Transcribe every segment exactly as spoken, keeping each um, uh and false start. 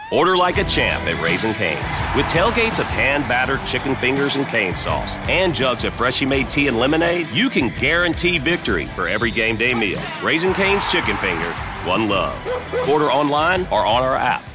Order like a champ at Raising Cane's. With tailgates of hand-battered chicken fingers and cane sauce and jugs of freshly made tea and lemonade, you can guarantee victory for every game day meal. Raising Cane's Chicken Finger, one love. Order online or on our app.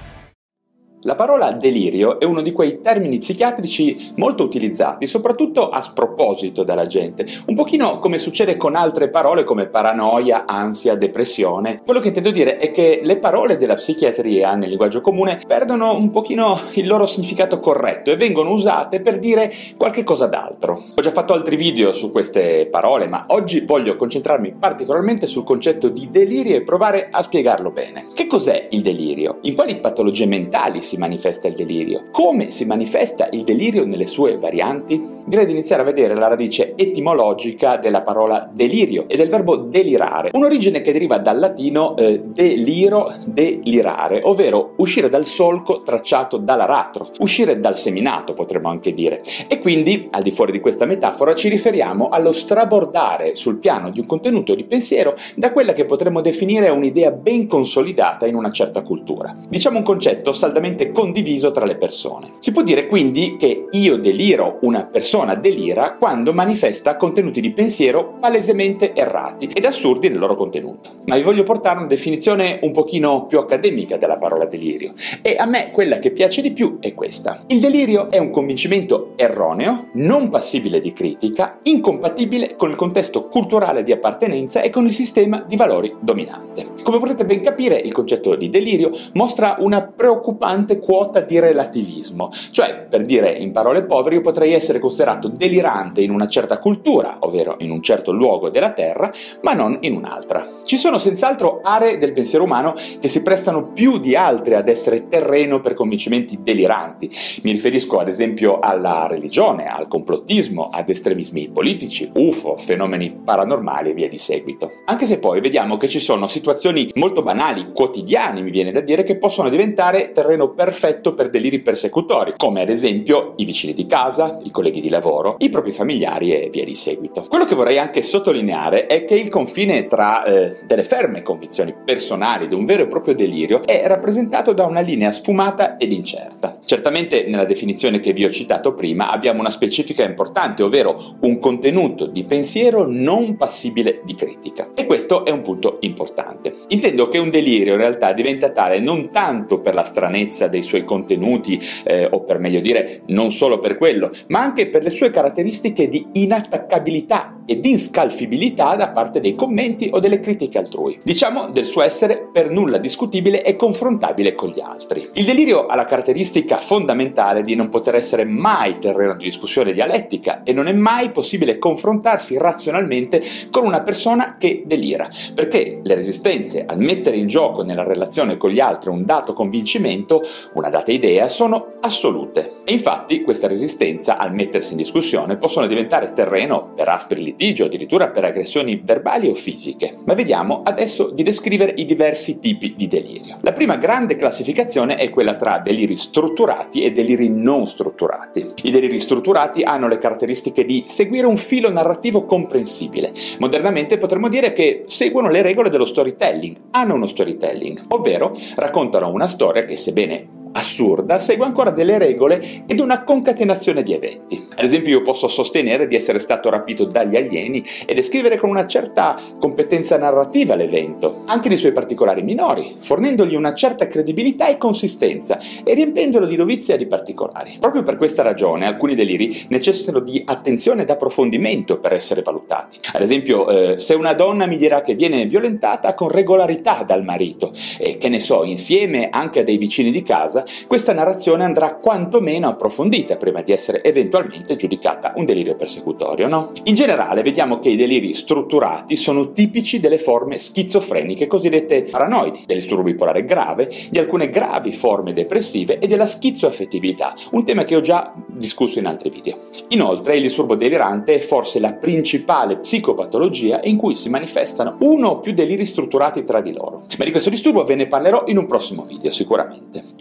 La parola delirio è uno di quei termini psichiatrici molto utilizzati, soprattutto a sproposito dalla gente, un pochino come succede con altre parole come paranoia, ansia, depressione. Quello che intendo dire è che le parole della psichiatria nel linguaggio comune perdono un pochino il loro significato corretto e vengono usate per dire qualche cosa d'altro. Ho già fatto altri video su queste parole, ma oggi voglio concentrarmi particolarmente sul concetto di delirio e provare a spiegarlo bene. Che cos'è il delirio? In quali patologie mentali si manifesta il delirio? Come si manifesta il delirio nelle sue varianti? Direi di iniziare a vedere la radice etimologica della parola delirio e del verbo delirare, un'origine che deriva dal latino eh, deliro, delirare, ovvero uscire dal solco tracciato dall'aratro, uscire dal seminato potremmo anche dire. E quindi, al di fuori di questa metafora, ci riferiamo allo strabordare sul piano di un contenuto di pensiero da quella che potremmo definire un'idea ben consolidata in una certa cultura. Diciamo un concetto saldamente condiviso tra le persone. Si può dire quindi che io deliro, una persona delira, quando manifesta contenuti di pensiero palesemente errati ed assurdi nel loro contenuto. Ma vi voglio portare una definizione un pochino più accademica della parola delirio, e a me quella che piace di più è questa. Il delirio è un convincimento erroneo, non passibile di critica, incompatibile con il contesto culturale di appartenenza e con il sistema di valori dominante. Come potete ben capire, il concetto di delirio mostra una preoccupante quota di relativismo, cioè, per dire in parole povere, io potrei essere considerato delirante in una certa cultura, ovvero in un certo luogo della terra, ma non in un'altra. Ci sono senz'altro aree del pensiero umano che si prestano più di altre ad essere terreno per convincimenti deliranti. Mi riferisco ad esempio alla religione, al complottismo, ad estremismi politici, U F O, fenomeni paranormali e via di seguito. Anche se poi vediamo che ci sono situazioni molto banali, quotidiane mi viene da dire, che possono diventare terreno perfetto per deliri persecutori, come ad esempio i vicini di casa, i colleghi di lavoro, i propri familiari e via di seguito. Quello che vorrei anche sottolineare è che il confine tra eh, delle ferme convinzioni personali ed un vero e proprio delirio è rappresentato da una linea sfumata ed incerta. Certamente nella definizione che vi ho citato prima abbiamo una specifica importante, ovvero un contenuto di pensiero non passibile di critica. E questo è un punto importante. Intendo che un delirio in realtà diventa tale non tanto per la stranezza dei suoi contenuti, eh, o per meglio dire non solo per quello, ma anche per le sue caratteristiche di inattaccabilità e di inscalfibilità da parte dei commenti o delle critiche altrui. Diciamo del suo essere per nulla discutibile e confrontabile con gli altri. Il delirio ha la caratteristica fondamentale di non poter essere mai terreno di discussione dialettica e non è mai possibile confrontarsi razionalmente con una persona che delira, perché le resistenze al mettere in gioco nella relazione con gli altri un dato convincimento, una data idea, sono assolute. E infatti questa resistenza al mettersi in discussione possono diventare terreno per aspri litigi o addirittura per aggressioni verbali o fisiche. Ma vediamo adesso di descrivere i diversi tipi di delirio. La prima grande classificazione è quella tra deliri strutturati e deliri non strutturati. I deliri strutturati hanno le caratteristiche di seguire un filo narrativo comprensibile. Modernamente potremmo dire che seguono le regole dello storytelling, hanno uno storytelling, ovvero raccontano una storia che, sebbene assurda, segue ancora delle regole ed una concatenazione di eventi. Ad esempio, io posso sostenere di essere stato rapito dagli alieni e descrivere con una certa competenza narrativa l'evento, anche nei suoi particolari minori, fornendogli una certa credibilità e consistenza e riempiendolo di dovizia di particolari. Proprio per questa ragione alcuni deliri necessitano di attenzione ed approfondimento per essere valutati. Ad esempio, eh, se una donna mi dirà che viene violentata con regolarità dal marito e, che ne so, insieme anche a dei vicini di casa, questa narrazione andrà quantomeno approfondita prima di essere eventualmente giudicata un delirio persecutorio, no? In generale vediamo che i deliri strutturati sono tipici delle forme schizofreniche cosiddette paranoidi, del disturbo bipolare grave, di alcune gravi forme depressive e della schizoaffettività, un tema che ho già discusso in altri video. Inoltre il disturbo delirante è forse la principale psicopatologia in cui si manifestano uno o più deliri strutturati tra di loro. Ma di questo disturbo ve ne parlerò in un prossimo video sicuramente. Invece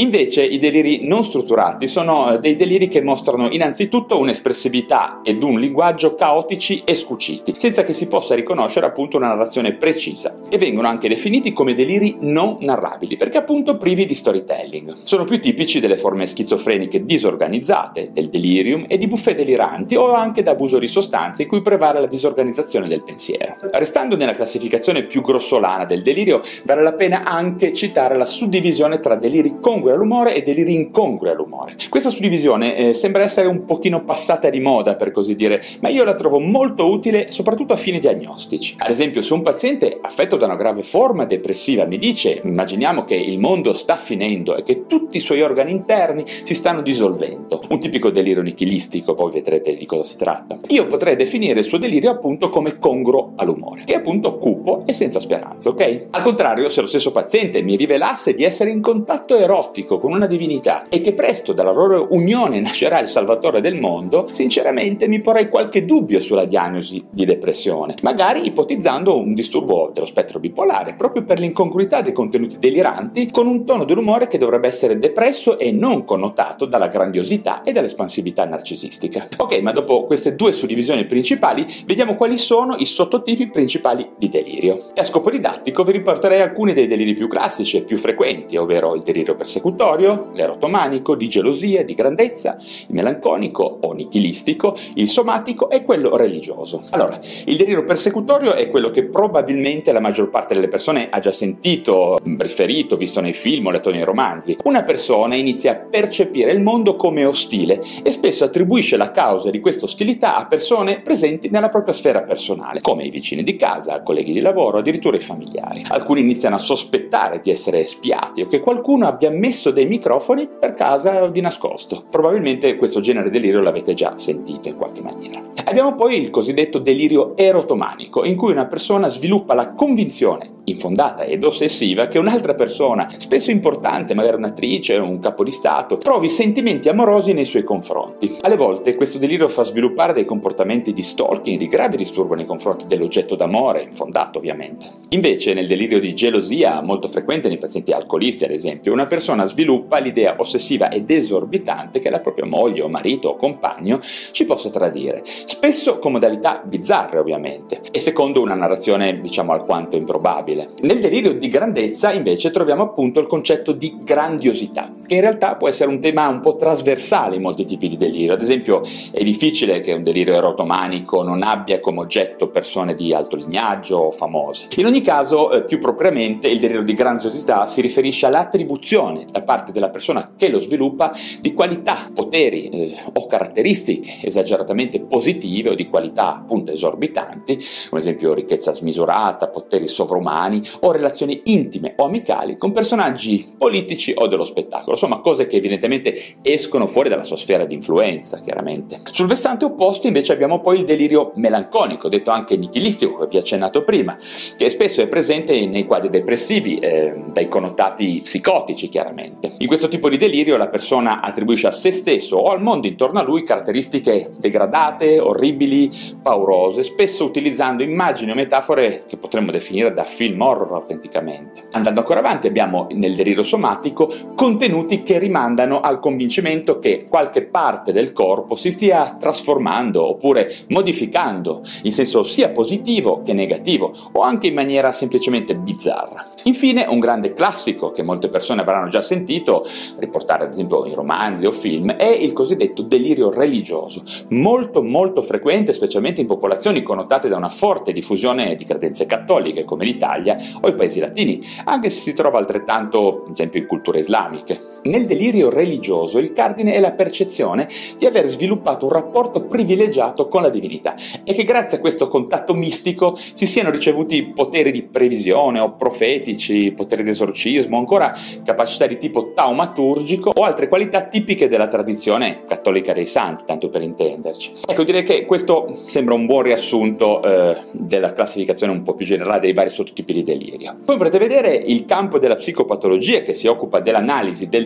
i deliri non strutturati sono dei deliri che mostrano innanzitutto un'espressività ed un linguaggio caotici e scuciti, senza che si possa riconoscere appunto una narrazione precisa, e vengono anche definiti come deliri non narrabili, perché appunto privi di storytelling. Sono più tipici delle forme schizofreniche disorganizzate, del delirium e di buffe deliranti o anche da abuso di sostanze in cui prevale la disorganizzazione del pensiero. Restando nella classificazione più grossolana del delirio, vale la pena anche citare la suddivisione tra deliri congrui all'umore e deliri incongrui all'umore. Questa suddivisione eh, sembra essere un pochino passata di moda, per così dire, ma io la trovo molto utile soprattutto a fini diagnostici. Ad esempio, se un paziente affetto da una grave forma depressiva mi dice: immaginiamo che il mondo sta finendo e che tutti i suoi organi interni si stanno dissolvendo, un tipico delirio nichilistico, poi vedrete di cosa si tratta, io potrei definire il suo delirio appunto come congruo all'umore, che è appunto cupo e senza speranza, ok? Al contrario, se lo stesso paziente mi rivelasse di essere in contatto erotico con una divinità e che presto dalla loro unione nascerà il salvatore del mondo, sinceramente mi porrei qualche dubbio sulla diagnosi di depressione, magari ipotizzando un disturbo dello spettro bipolare, proprio per l'incongruità dei contenuti deliranti con un tono dell'umore che dovrebbe essere depresso e non connotato dalla grandiosità e dall'espansività narcisistica. Ok, ma dopo queste due suddivisioni principali, vediamo quali sono i sottotipi principali di delirio. E a scopo didattico vi riporterei alcuni dei deliri più classici e più frequenti, ovvero il delirio persecutorio, l'erotomanico, di gelosia, di grandezza, il melanconico o nichilistico, il somatico e quello religioso. Allora, il delirio persecutorio è quello che probabilmente la maggior parte delle persone ha già sentito, riferito, visto nei film o letto nei romanzi. Una persona inizia a percepire il mondo come ostile e spesso attribuisce la causa di questa ostilità a persone presenti nella propria sfera personale, come i vicini di casa, colleghi di lavoro, addirittura i familiari. Alcuni iniziano a sospettare di essere spiati o che qualcuno abbia messo dei microfoni per casa di nascosto. Probabilmente questo genere di delirio l'avete già sentito in qualche maniera. Abbiamo poi il cosiddetto delirio erotomanico, in cui una persona sviluppa la convinzione infondata ed ossessiva che un'altra persona, spesso importante, magari un'attrice o un capo di stato, provi sentimenti amorosi nei suoi confronti. Alle volte questo delirio fa sviluppare dei comportamenti di stalking, di grave disturbo nei confronti dell'oggetto d'amore, infondato ovviamente. Invece nel delirio di gelosia, molto frequente nei pazienti alcolisti ad esempio, una persona sviluppa l'idea ossessiva ed esorbitante che la propria moglie o marito o compagno ci possa tradire, spesso con modalità bizzarre ovviamente, e secondo una narrazione diciamo alquanto improbabile. Nel delirio di grandezza invece troviamo appunto il concetto di grandiosità, che in realtà può essere un tema un po' trasversale in molti tipi di delirio. Ad esempio è difficile che un delirio erotomanico non abbia come oggetto persone di alto lignaggio o famose. In ogni caso, eh, più propriamente, il delirio di grandiosità si riferisce all'attribuzione da parte della persona che lo sviluppa di qualità, poteri eh, o caratteristiche esageratamente positive o di qualità appunto esorbitanti, come ad esempio ricchezza smisurata, poteri sovrumani o relazioni intime o amicali con personaggi politici o dello spettacolo, insomma cose che evidentemente escono fuori dalla sua sfera di influenza, chiaramente. Sul versante opposto invece abbiamo poi il delirio melanconico, detto anche nichilistico, che vi ho accennato prima, che spesso è presente nei quadri depressivi, eh, dai connotati psicotici chiaramente. In questo tipo di delirio la persona attribuisce a se stesso o al mondo intorno a lui caratteristiche degradate, orribili, paurose, spesso utilizzando immagini o metafore che potremmo definire da film horror autenticamente. Andando ancora avanti abbiamo nel delirio somatico contenuti che rimandano al convincimento che qualche parte del corpo si stia trasformando oppure modificando in senso sia positivo che negativo o anche in maniera semplicemente bizzarra. Infine un grande classico che molte persone avranno già sentito riportare ad esempio in romanzi o film è il cosiddetto delirio religioso, molto molto frequente specialmente in popolazioni connotate da una forte diffusione di credenze cattoliche come l'Italia o i paesi latini, anche se si trova altrettanto ad esempio in culture islamiche. Nel delirio religioso il cardine è la percezione di aver sviluppato un rapporto privilegiato con la divinità e che grazie a questo contatto mistico si siano ricevuti poteri di previsione o profetici, poteri di esorcismo, ancora capacità di tipo taumaturgico o altre qualità tipiche della tradizione cattolica dei santi, tanto per intenderci. Ecco, direi che questo sembra un buon riassunto eh, della classificazione un po' più generale dei vari sottotipi di delirio. Poi potrete vedere il campo della psicopatologia che si occupa dell'analisi del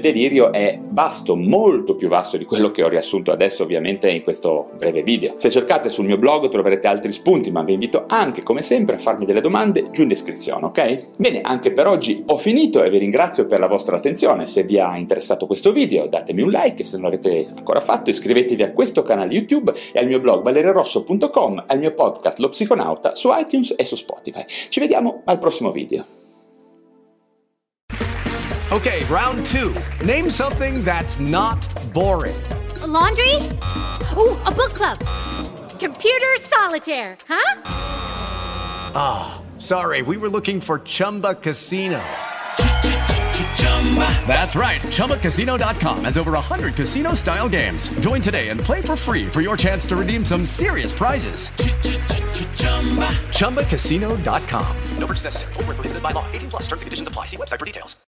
delirio è vasto, molto più vasto di quello che ho riassunto adesso ovviamente in questo breve video. Se cercate sul mio blog troverete altri spunti, ma vi invito anche come sempre a farmi delle domande giù in descrizione, ok? Bene, anche per oggi ho finito e vi ringrazio per la vostra attenzione. Se vi ha interessato questo video datemi un like, se non l'avete ancora fatto iscrivetevi a questo canale YouTube e al mio blog valeriorosso punto com, al mio podcast Lo Psiconauta su iTunes e su Spotify. Ci vediamo al prossimo video. Okay, round two. Name something that's not boring. A laundry? Ooh, a book club. Computer solitaire, huh? Ah, oh, sorry, we were looking for Chumba Casino. That's right, Chumba Casino dot com has over one hundred casino-style games. Join today and play for free for your chance to redeem some serious prizes. Chumba Casino dot com. No purchase necessary. Void where prohibited by law. eighteen plus terms and conditions apply. See website for details.